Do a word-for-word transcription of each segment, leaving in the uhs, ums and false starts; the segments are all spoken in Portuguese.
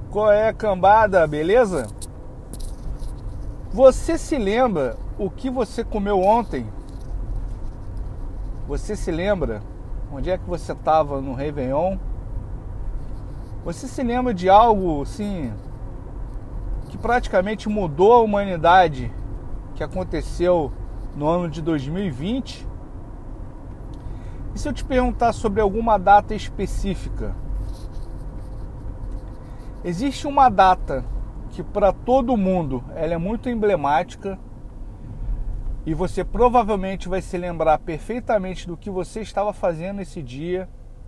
Qual é, cambada, beleza? Você se lembra o que você comeu ontem? Você se lembra onde é que você estava no Réveillon? Você se lembra de algo, assim, que praticamente mudou a humanidade, que aconteceu no ano de dois mil e vinte? E se eu te perguntar sobre alguma data específica? Existe uma data que para todo mundo ela é muito emblemática e você provavelmente vai se lembrar perfeitamente do que você estava fazendo nesse dia.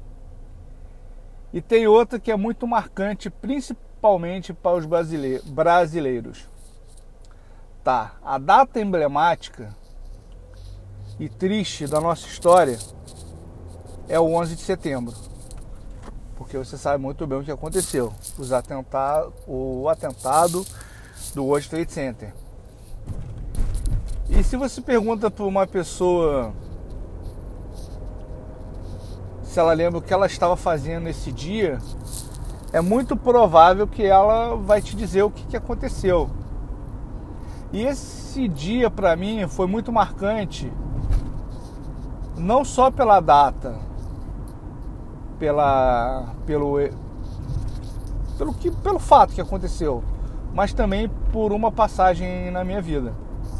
E tem outra que é muito marcante, principalmente para os brasileiros. Tá, a data emblemática e triste da nossa história é o onze de setembro. Porque você sabe muito bem o que aconteceu. Os atentados, o atentado do World Trade Center. E se você pergunta para uma pessoa se ela lembra o que ela estava fazendo nesse dia, é muito provável que ela vai te dizer o que, que aconteceu. E esse dia para mim foi muito marcante, não só pela data, pela, pelo, pelo, que, pelo fato que aconteceu, mas também por uma passagem na minha vida.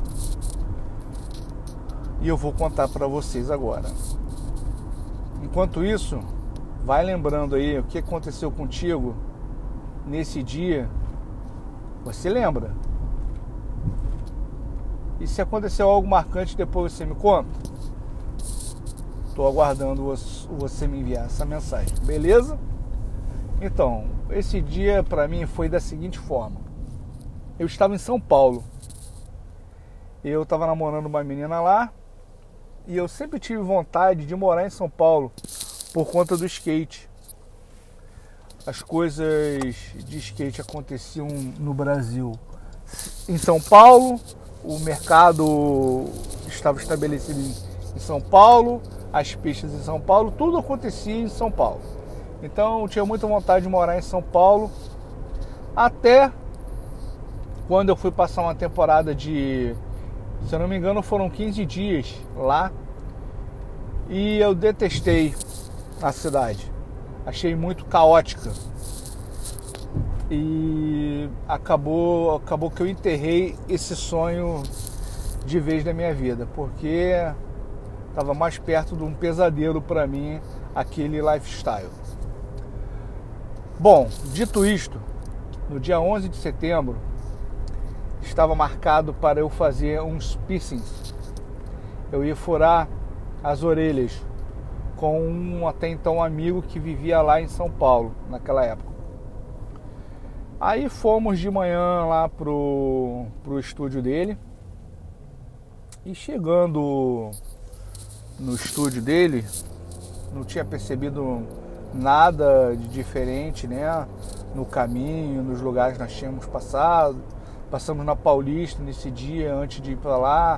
E eu vou contar para vocês agora. Enquanto isso, vai lembrando aí o que aconteceu contigo nesse dia. Você lembra? E se aconteceu algo marcante, depois você me conta. Estou aguardando você me enviar essa mensagem, beleza? Então, esse dia para mim foi da seguinte forma. Eu estava em São Paulo. Eu estava namorando uma menina lá. E eu sempre tive vontade de morar em São Paulo por conta do skate. As coisas de skate aconteciam no Brasil. Em São Paulo, o mercado estava estabelecido em São Paulo, as pistas em São Paulo, tudo acontecia em São Paulo. Então eu tinha muita vontade de morar em São Paulo, até quando eu fui passar uma temporada de, se eu não me engano, foram quinze dias lá, e eu detestei a cidade. Achei muito caótica. E acabou, acabou que eu enterrei esse sonho de vez da minha vida, porque estava mais perto de um pesadelo para mim, aquele lifestyle. Bom, dito isto, no dia onze de setembro, estava marcado para eu fazer uns piercings. Eu ia furar as orelhas com um até então amigo que vivia lá em São Paulo, naquela época. Aí fomos de manhã lá pro, pro estúdio dele. E chegando no estúdio dele, não tinha percebido nada de diferente, né? No caminho, nos lugares que nós tínhamos passado. Passamos na Paulista nesse dia, antes de ir pra lá.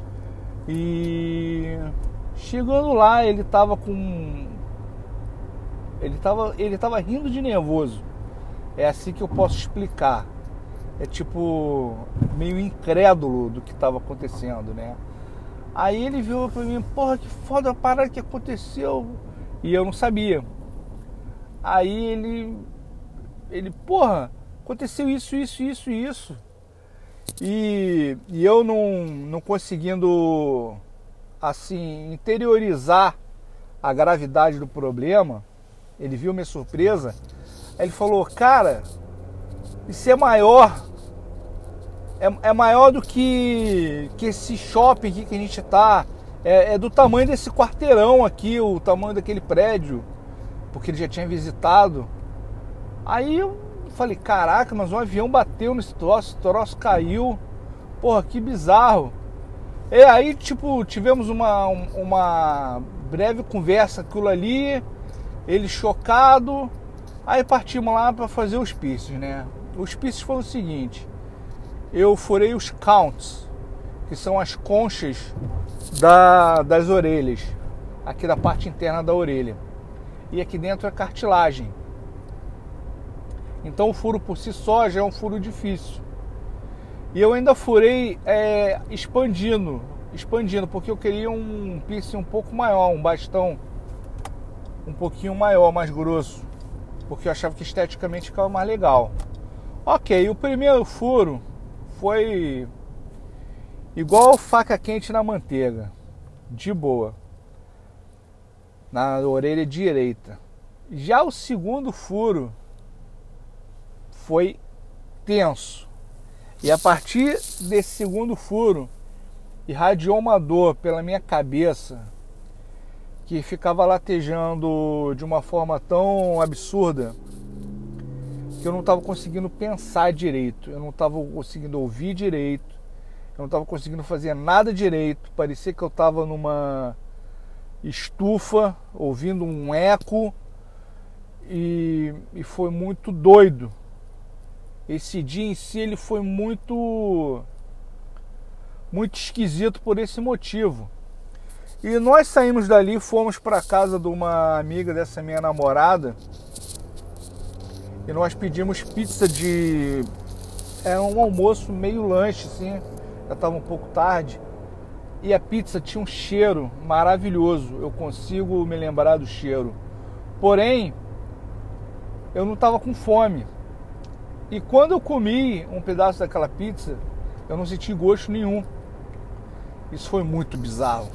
E chegando lá, ele tava com... Ele tava, ele tava rindo de nervoso. É assim que eu posso explicar. É tipo, meio incrédulo do que estava acontecendo, né? Aí ele viu pra mim, porra, que foda a parada que aconteceu. E eu não sabia. Aí ele, ele, porra, aconteceu isso, isso, isso e isso. E, e eu não, não conseguindo, assim, interiorizar a gravidade do problema, ele viu minha surpresa, aí ele falou, cara, isso é maior, é, é maior do que, que esse shopping aqui que a gente tá, é, é do tamanho desse quarteirão aqui, o tamanho daquele prédio, porque ele já tinha visitado. Aí eu falei, caraca, mas um avião bateu nesse troço, o troço caiu, porra, que bizarro. E aí, tipo, tivemos uma, uma breve conversa, aquilo ali, ele chocado, aí partimos lá para fazer os piercings, né? Os piercings foram o seguinte, eu furei os counts, que são as conchas da, das orelhas, aqui da parte interna da orelha, e aqui dentro é cartilagem. Então o furo por si só já é um furo difícil. E eu ainda furei é, expandindo, expandindo, porque eu queria um piercing um pouco maior, um bastão um pouquinho maior, mais grosso, porque eu achava que esteticamente ficava mais legal. Ok, o primeiro furo foi igual faca quente na manteiga, de boa, na orelha direita. Já o segundo furo foi tenso. E a partir desse segundo furo, irradiou uma dor pela minha cabeça que ficava latejando de uma forma tão absurda que eu não estava conseguindo pensar direito, eu não estava conseguindo ouvir direito, eu não estava conseguindo fazer nada direito. Parecia que eu estava numa estufa, ouvindo um eco, e, e foi muito doido. Esse dia em si ele foi muito, muito esquisito por esse motivo. E nós saímos dali, fomos para casa de uma amiga dessa minha namorada, e nós pedimos pizza de... Era um almoço meio lanche, assim, já estava um pouco tarde. E a pizza tinha um cheiro maravilhoso, eu consigo me lembrar do cheiro. Porém, eu não estava com fome. E quando eu comi um pedaço daquela pizza, eu não senti gosto nenhum. Isso foi muito bizarro.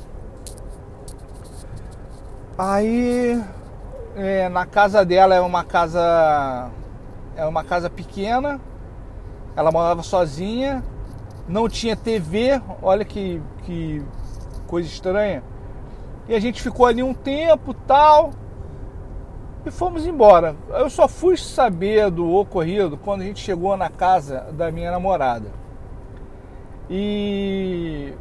Aí, é, na casa dela, é uma casa, é uma casa pequena. Ela morava sozinha, não tinha T V, olha que, que coisa estranha. E a gente ficou ali um tempo, tal, e fomos embora. Eu só fui saber do ocorrido quando a gente chegou na casa da minha namorada. E,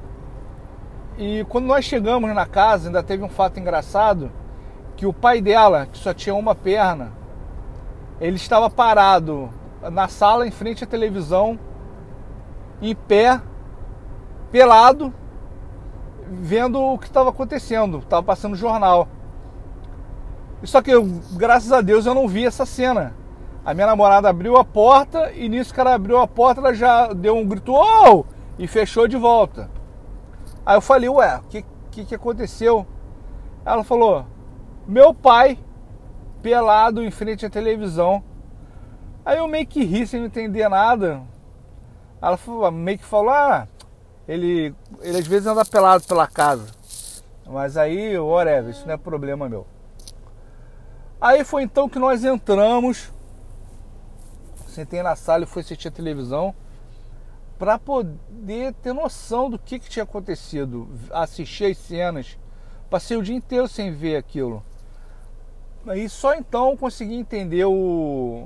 e quando nós chegamos na casa, ainda teve um fato engraçado, que o pai dela, que só tinha uma perna, ele estava parado na sala em frente à televisão, em pé, pelado, vendo o que estava acontecendo. Estava passando jornal. Só que, eu, graças a Deus, eu não vi essa cena. A minha namorada abriu a porta, e nisso que ela abriu a porta, ela já deu um grito, oh! E fechou de volta. Aí eu falei, ué, o que, que, que aconteceu? Ela falou, meu pai, pelado em frente à televisão. Aí eu meio que ri sem não entender nada. Ela falou, meio que falou, ah, ele, ele às vezes anda pelado pela casa. Mas aí, whatever, isso não é problema meu. Aí foi então que nós entramos, sentei na sala e fui assistir a televisão, para poder ter noção do que, que tinha acontecido, assistir as cenas. Passei o dia inteiro sem ver aquilo. Aí só então consegui entender o,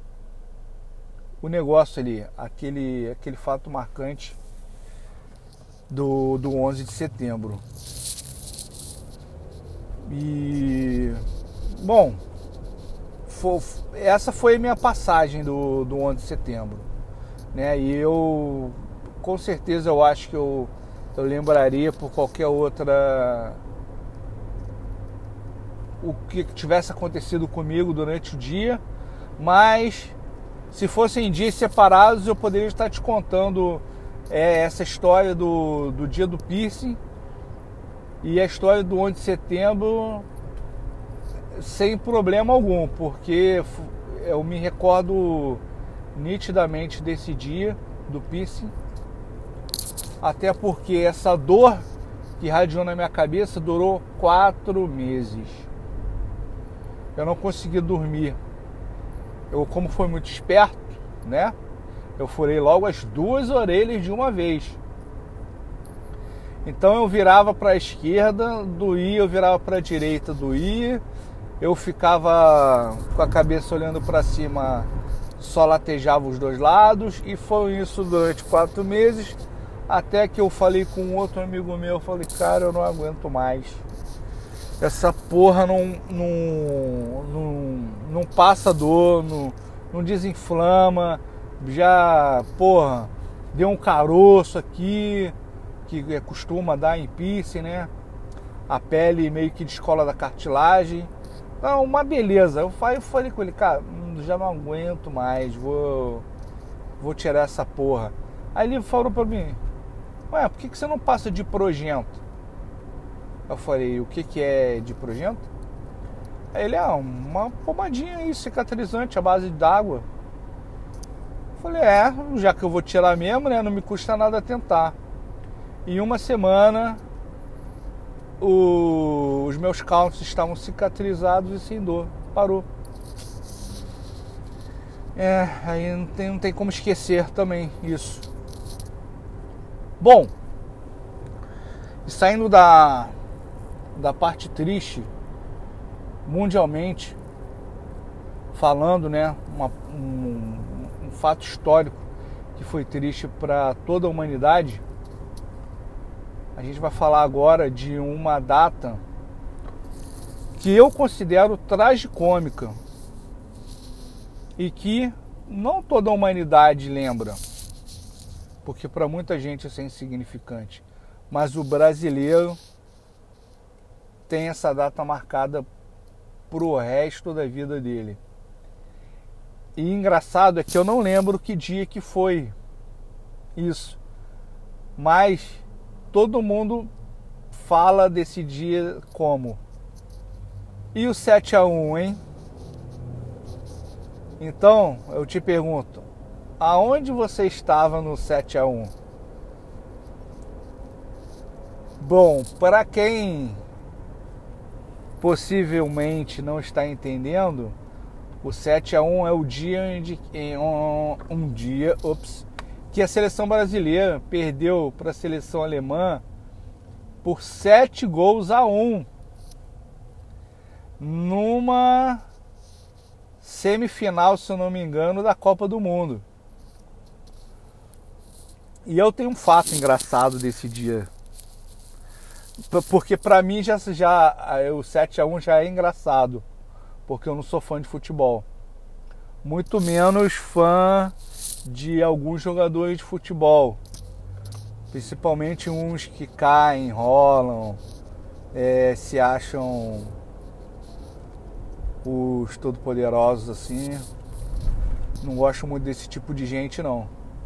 o negócio ali, aquele, aquele fato marcante do, do onze de setembro. E... Bom, foi, essa foi a minha passagem do, do onze de setembro, né? E eu, com certeza, eu acho que eu, eu lembraria por qualquer outra... o que tivesse acontecido comigo durante o dia, mas se fossem dias separados, eu poderia estar te contando é, essa história do, do dia do piercing e a história do onze de setembro sem problema algum, porque eu me recordo nitidamente desse dia do piercing, até porque essa dor que irradiou na minha cabeça durou quatro meses. Eu não consegui dormir. Eu, como fui muito esperto, né? Eu furei logo as duas orelhas de uma vez. Então eu virava para a esquerda, doía, eu virava para a direita, doía. Eu ficava com a cabeça olhando para cima, só latejava os dois lados. E foi isso durante quatro meses, até que eu falei com um outro amigo meu, eu falei, cara, eu não aguento mais. Essa porra não, não, não, não passa dor, não, não desinflama. Já, porra, deu um caroço aqui, que costuma dar em piercing, né? A pele meio que descola da cartilagem. Então, uma beleza. Eu falei com ele, cara, já não aguento mais, vou, vou tirar essa porra. Aí ele falou pra mim, ué, por que, que você não passa de Progento? Eu falei, o que, que é de Progento? Aí ele, ah, uma pomadinha aí, cicatrizante, à base d'água. Eu falei, é, já que eu vou tirar mesmo, né, não me custa nada tentar. Em uma semana, o, os meus cálculos estavam cicatrizados e sem dor. Parou. É, aí não tem, não tem como esquecer também isso. Bom, e saindo da, da parte triste, mundialmente falando, né, uma, um, um fato histórico que foi triste para toda a humanidade, a gente vai falar agora de uma data que eu considero tragicômica e que não toda a humanidade lembra, porque para muita gente isso é insignificante, mas o brasileiro tem essa data marcada pro resto da vida dele. E engraçado é que eu não lembro que dia que foi isso, mas todo mundo fala desse dia como. E o sete a um, hein? Então, eu te pergunto, aonde você estava no sete a um? Bom, para quem possivelmente não está entendendo, o sete a um é o dia de, um, um dia, ops, que a seleção brasileira perdeu para a seleção alemã por sete gols a um numa semifinal, se eu não me engano, da Copa do Mundo. E eu tenho um fato engraçado desse dia, porque para mim já, já o sete a um já é engraçado, porque eu não sou fã de futebol, muito menos fã de alguns jogadores de futebol, principalmente uns que caem, rolam, é, se acham os todo-poderosos assim. Não gosto muito desse tipo de gente, não.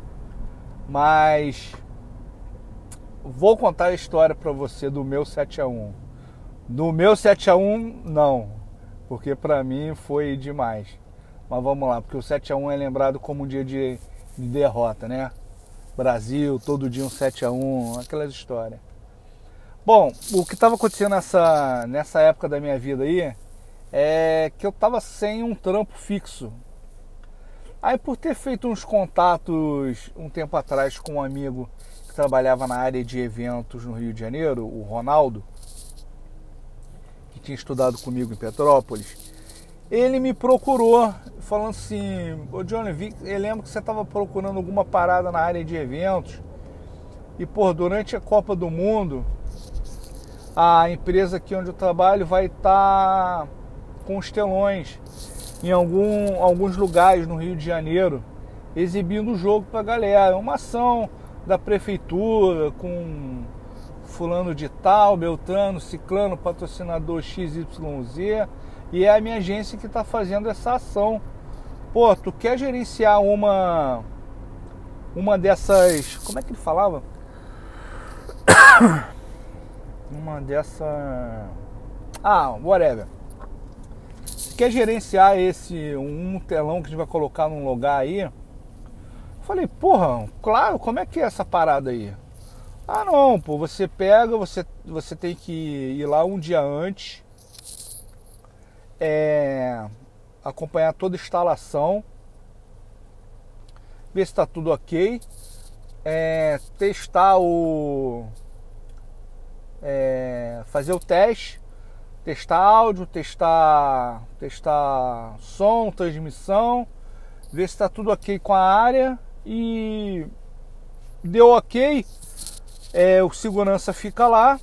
Mas vou contar a história pra você do meu sete a um. Do meu sete a um, não, porque pra mim foi demais. Mas vamos lá, porque o sete a um é lembrado como um dia de, de derrota, né? Brasil, todo dia um sete a um, aquelas histórias. Bom, o que estava acontecendo nessa, nessa época da minha vida aí é que eu estava sem um trampo fixo. Aí, por ter feito uns contatos um tempo atrás com um amigo que trabalhava na área de eventos no Rio de Janeiro, o Ronaldo, que tinha estudado comigo em Petrópolis, ele me procurou falando assim, ô Johnny, vi, eu lembro que você estava procurando alguma parada na área de eventos e, pô, durante a Copa do Mundo, a empresa aqui onde eu trabalho vai estar com os telões em algum, alguns lugares no Rio de Janeiro, exibindo o jogo pra galera. É uma ação da prefeitura com fulano de tal, Beltrano, Ciclano, patrocinador X Y Z, e é a minha agência que está fazendo essa ação. Pô, tu quer gerenciar uma uma dessas, como é que ele falava? Uma dessa, ah, whatever. Quer gerenciar esse um telão que a gente vai colocar num lugar aí? Eu falei, porra, claro, como é que é essa parada aí? Ah, não, pô, você pega, você, você tem que ir lá um dia antes, é, acompanhar toda a instalação, ver se tá tudo ok, é, testar o... É, fazer o teste, testar áudio, testar, testar som, transmissão, ver se está tudo ok com a área, e deu ok, é, o segurança fica lá,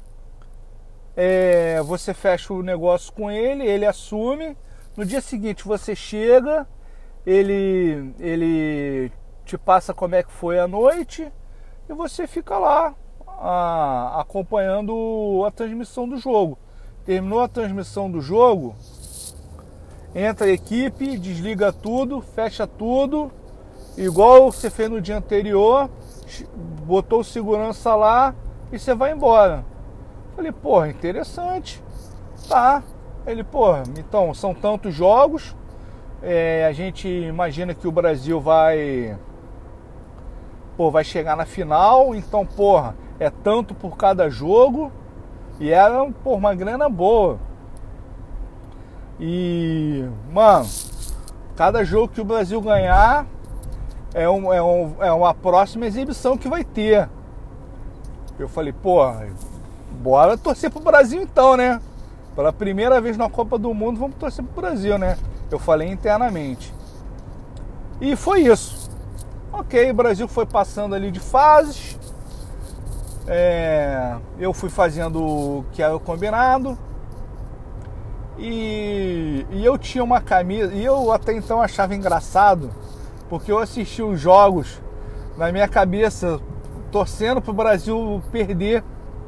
é, você fecha o negócio com ele, ele assume, no dia seguinte você chega, ele, ele te passa como é que foi a noite e você fica lá a, acompanhando a transmissão do jogo. Terminou a transmissão do jogo, entra a equipe, desliga tudo, fecha tudo, igual você fez no dia anterior, botou o segurança lá e você vai embora. Falei, porra, interessante. Tá. Ele, porra, então, são tantos jogos, é, a gente imagina que o Brasil vai, pô, vai chegar na final, então, porra, é tanto por cada jogo, e era, porra, uma grana boa. E, mano, cada jogo que o Brasil ganhar é, um, é, um, é uma próxima exibição que vai ter. Eu falei, porra, bora torcer pro Brasil então, né? Pela primeira vez na Copa do Mundo, vamos torcer pro Brasil, né? Eu falei internamente. E foi isso. Ok, o Brasil foi passando ali de fases. É, eu fui fazendo o que era o combinado. E, e eu tinha uma camisa, e eu até então achava engraçado, porque eu assistia os jogos na minha cabeça, torcendo pro Brasil perder,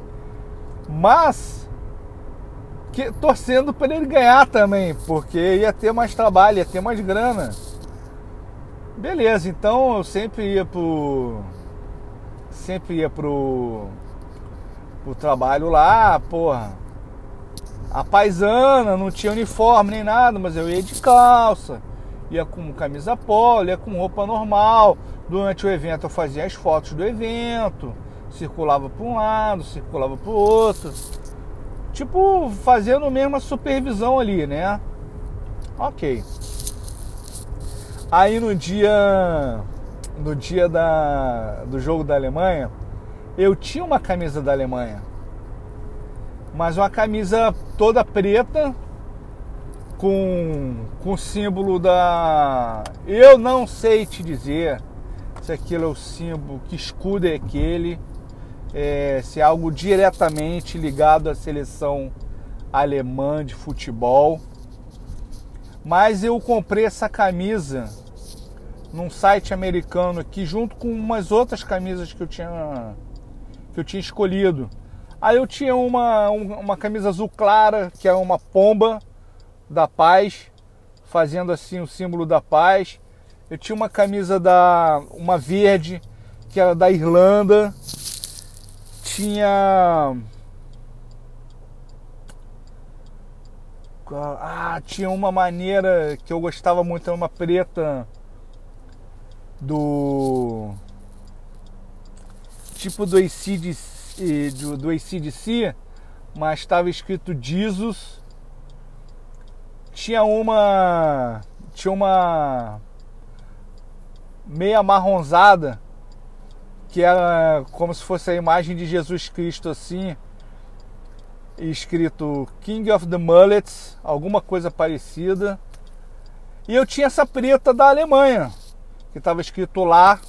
mas que, torcendo para ele ganhar também, porque ia ter mais trabalho, ia ter mais grana. Beleza, então eu sempre ia pro sempre ia pro, pro trabalho lá, porra. A paisana, não tinha uniforme nem nada, mas eu ia de calça, ia com camisa polo, ia com roupa normal. Durante o evento eu fazia as fotos do evento, circulava para um lado, circulava para o outro, tipo fazendo mesmo a supervisão ali, né? Ok. Aí no dia, no dia da, do jogo da Alemanha, eu tinha uma camisa da Alemanha, mas uma camisa toda preta, com, com o símbolo da... Eu não sei te dizer se aquilo é o símbolo, que escudo é aquele, é, se é algo diretamente ligado à seleção alemã de futebol. Mas eu comprei essa camisa num site americano aqui, junto com umas outras camisas que eu tinha, que eu tinha escolhido. Aí eu tinha uma, uma camisa azul clara, que é uma pomba da paz, fazendo assim o símbolo da paz. Eu tinha uma camisa da uma verde, que era da Irlanda. Tinha ah, tinha uma maneira que eu gostava muito, era uma preta do tipo do A C D C, do, do A C D C, mas estava escrito Jesus. Tinha uma tinha uma meia amarronzada, que era como se fosse a imagem de Jesus Cristo assim, escrito King of the Mullets, alguma coisa parecida. E eu tinha essa preta da Alemanha, que estava escrito lá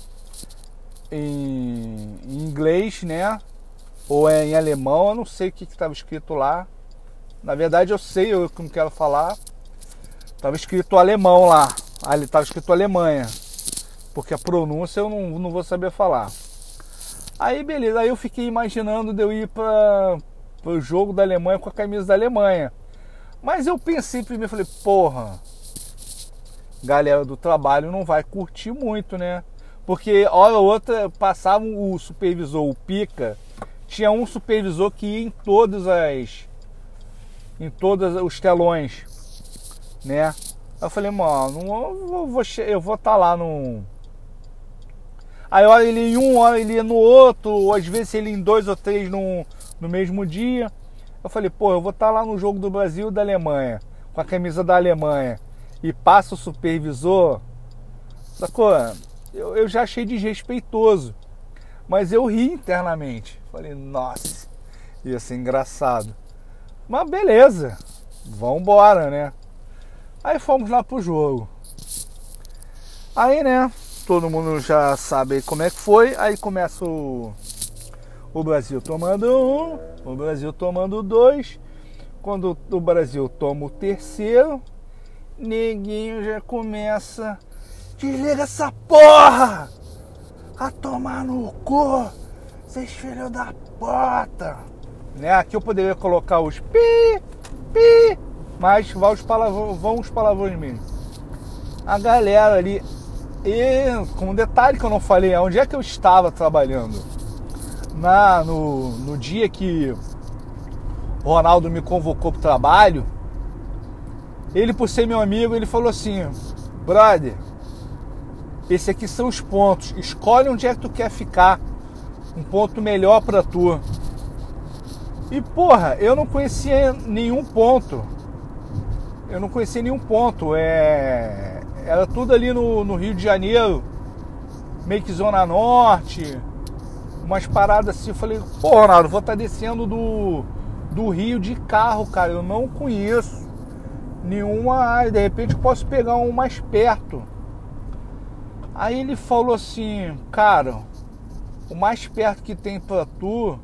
em, em inglês, né? Ou é em alemão, eu não sei o que estava escrito lá. Na verdade eu sei, eu não quero falar. Estava escrito alemão lá, ali estava escrito Alemanha, porque a pronúncia eu não, não vou saber falar. Aí beleza, aí eu fiquei imaginando de eu ir para o jogo da Alemanha com a camisa da Alemanha. Mas eu pensei primeiro, falei, porra, galera do trabalho não vai curtir muito, né? Porque hora ou outra passava o supervisor, o pica, tinha um supervisor que ia em todas as em todos os telões, né? Aí eu falei, mano, eu vou, vou, eu vou estar tá lá no... Aí hora ele ia em um, hora ele ia no outro, ou às vezes ele ia em dois ou três no, no mesmo dia. Eu falei, pô, eu vou estar tá lá no jogo do Brasil e da Alemanha, com a camisa da Alemanha, e passa o supervisor, sacou? Eu, eu já achei desrespeitoso, mas eu ri internamente. Falei, nossa, ia ser engraçado. Mas beleza, vambora, né? Aí fomos lá pro jogo. Aí, né, todo mundo já sabe como é que foi. Aí começa o, o Brasil tomando um, o Brasil tomando dois. Quando o Brasil toma o terceiro, neguinho já começa: desliga essa porra! A tomar no cu, vocês filhos da puta! Né? Aqui eu poderia colocar os pi, pi, mas vão os palavrões, vão os palavrões mesmo. A galera ali, e com um detalhe que eu não falei, onde é que eu estava trabalhando? Na, no, no dia que o Ronaldo me convocou para o trabalho, ele, por ser meu amigo, ele falou assim: brother, esses aqui são os pontos, escolhe onde é que tu quer ficar, um ponto melhor para tu. E porra, eu não conhecia nenhum ponto, eu não conhecia nenhum ponto, é... era tudo ali no, no Rio de Janeiro, meio que Zona Norte, umas paradas assim. Eu falei, pô, Ronaldo, vou estar descendo do, do Rio de carro, cara, eu não conheço nenhuma área, de repente eu posso pegar um mais perto. Aí ele falou assim, cara, o mais perto que tem pra tu,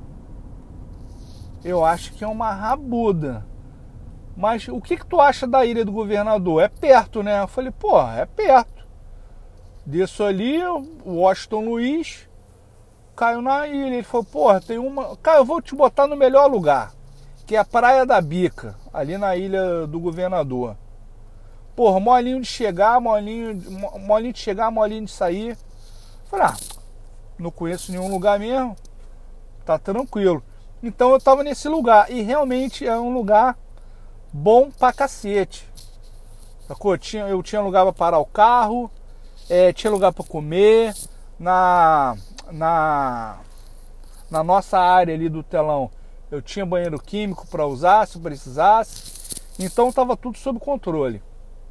eu acho que é uma Rabuda. Mas o que que tu acha da Ilha do Governador? É perto, né? Eu falei, pô, é perto. Desço ali, Washington Luiz, caio na ilha. Ele falou, porra, tem uma... Cara, eu vou te botar no melhor lugar, que é a Praia da Bica, ali na Ilha do Governador. Porra, molinho de chegar, molinho, molinho de chegar, molinho de sair. Falei, ah, não conheço nenhum lugar mesmo, tá tranquilo. Então eu tava nesse lugar, e realmente é um lugar bom pra cacete. Eu tinha, eu tinha lugar pra parar o carro, é, tinha lugar pra comer, na, na, na nossa área ali do telão eu tinha banheiro químico para usar se precisasse, então tava tudo sob controle.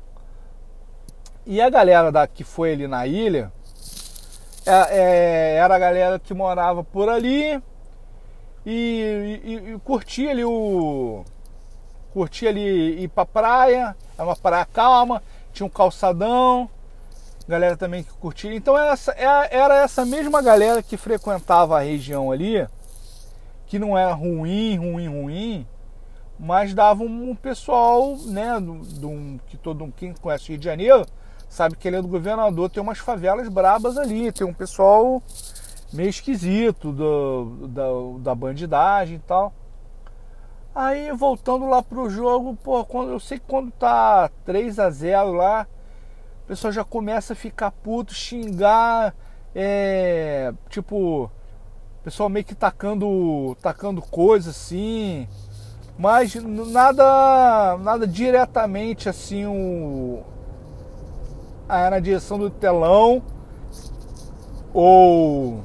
E a galera da, que foi ali na ilha, é, é, era a galera que morava por ali e, e, e curtia ali o... curtia ali ir pra praia, era uma praia calma, tinha um calçadão, galera também que curtia. Então essa, era essa mesma galera que frequentava a região ali, que não era ruim, ruim, ruim, mas dava um pessoal, né, do, do, que todo quem conhece o Rio de Janeiro sabe que ele é do Governador, tem umas favelas brabas ali, tem um pessoal meio esquisito do, da, da bandidagem e tal. Aí voltando lá pro jogo, pô, quando, eu sei que quando tá três a zero lá, o pessoal já começa a ficar puto, xingar, é, tipo, o pessoal meio que tacando, tacando coisa assim, mas nada, nada diretamente assim, o, a, na direção do telão, ou,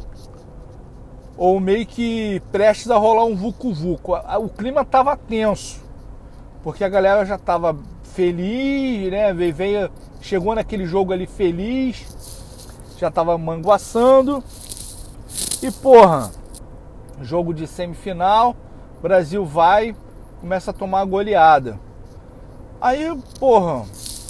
ou meio que prestes a rolar um vucu-vucu. O clima tava tenso, porque a galera já tava feliz, né? Veio, veio, chegou naquele jogo ali feliz, já tava manguaçando. E porra, jogo de semifinal, Brasil vai, começa a tomar goleada. Aí, porra,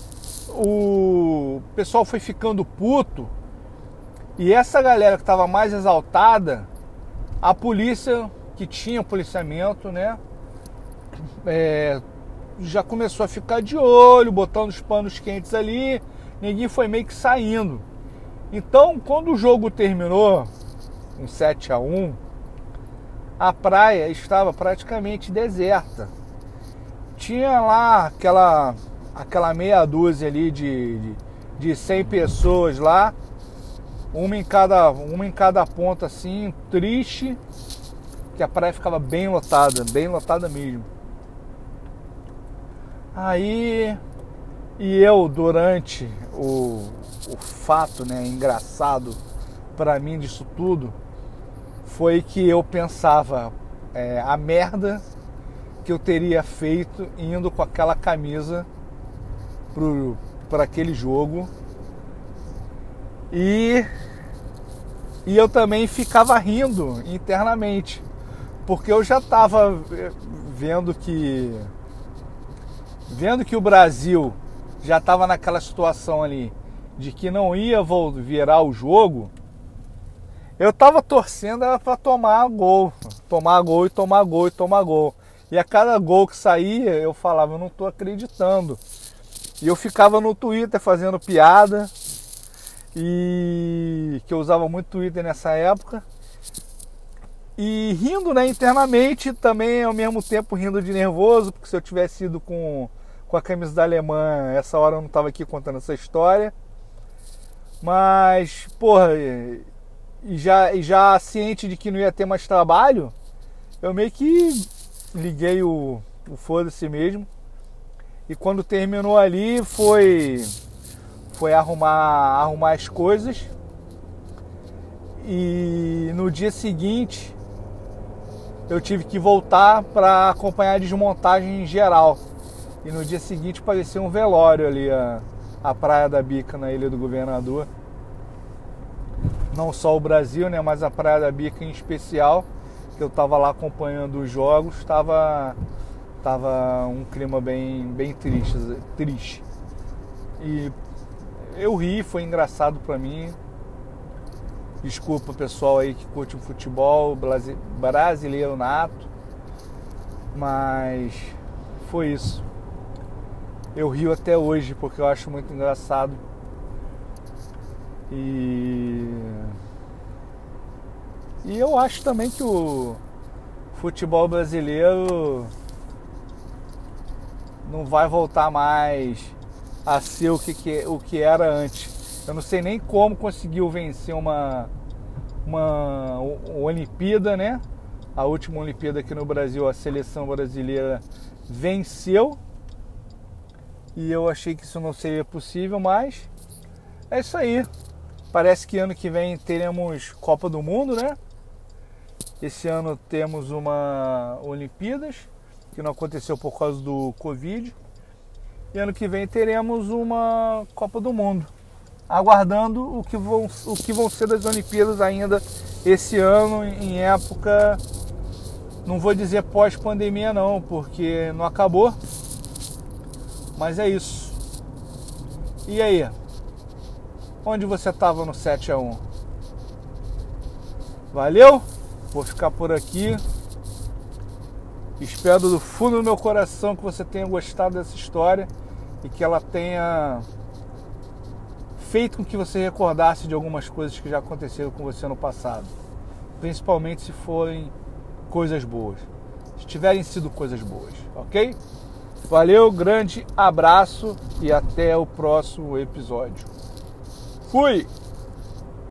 o pessoal foi ficando puto, e essa galera que tava mais exaltada, a polícia, que tinha policiamento, né, é, já começou a ficar de olho, botando os panos quentes ali, ninguém foi meio que saindo. Então, quando o jogo terminou, um sete a um, a praia estava praticamente deserta. Tinha lá aquela, aquela meia dúzia ali de, de, de cem pessoas lá, uma em cada, uma em cada ponta assim, triste, que a praia ficava bem lotada, bem lotada mesmo. Aí, e eu, durante o, o fato, né, engraçado para mim disso tudo, foi que eu pensava é, a merda que eu teria feito indo com aquela camisa para aquele jogo. E, e eu também ficava rindo internamente, porque eu já estava vendo que vendo que o Brasil já estava naquela situação ali de que não ia virar o jogo. Eu tava torcendo para tomar gol, tomar gol e tomar gol e tomar gol. E a cada gol que saía, eu falava, eu não tô acreditando. E eu ficava no Twitter fazendo piada, e que eu usava muito Twitter nessa época. E rindo, né, internamente, também ao mesmo tempo rindo de nervoso, porque se eu tivesse ido com, com a camisa da Alemanha, essa hora eu não estava aqui contando essa história. Mas, porra, e já, e já ciente de que não ia ter mais trabalho, eu meio que liguei o, o foda-se mesmo. E quando terminou ali, foi, foi arrumar, arrumar as coisas. E no dia seguinte eu tive que voltar para acompanhar a desmontagem geral. E no dia seguinte parecia um velório ali, a, a Praia da Bica, na Ilha do Governador. Não só o Brasil, né, mas a Praia da Bica em especial, que eu estava lá acompanhando os jogos, estava tava um clima bem, bem triste, triste. E eu ri, foi engraçado para mim. Desculpa pessoal aí que curte o futebol brasileiro nato, mas foi isso. Eu rio até hoje porque eu acho muito engraçado. E, e eu acho também que o futebol brasileiro não vai voltar mais a ser o que, que, o que era antes. Eu não sei nem como conseguiu vencer uma, uma, uma Olimpíada, né? A última Olimpíada aqui no Brasil, a seleção brasileira venceu. E eu achei que isso não seria possível, mas é isso aí. Parece que ano que vem teremos Copa do Mundo, né? Esse ano temos uma Olimpíadas, que não aconteceu por causa do Covid. E ano que vem teremos uma Copa do Mundo. Aguardando o que, vão, o que vão ser das Olimpíadas ainda esse ano, em época, não vou dizer pós-pandemia não, porque não acabou, mas é isso. E aí? Onde você estava no sete a um? Valeu? Vou ficar por aqui. Espero do fundo do meu coração que você tenha gostado dessa história e que ela tenha feito com que você recordasse de algumas coisas que já aconteceram com você no passado, principalmente se forem coisas boas, se tiverem sido coisas boas, ok? Valeu, grande abraço e até o próximo episódio. Fui!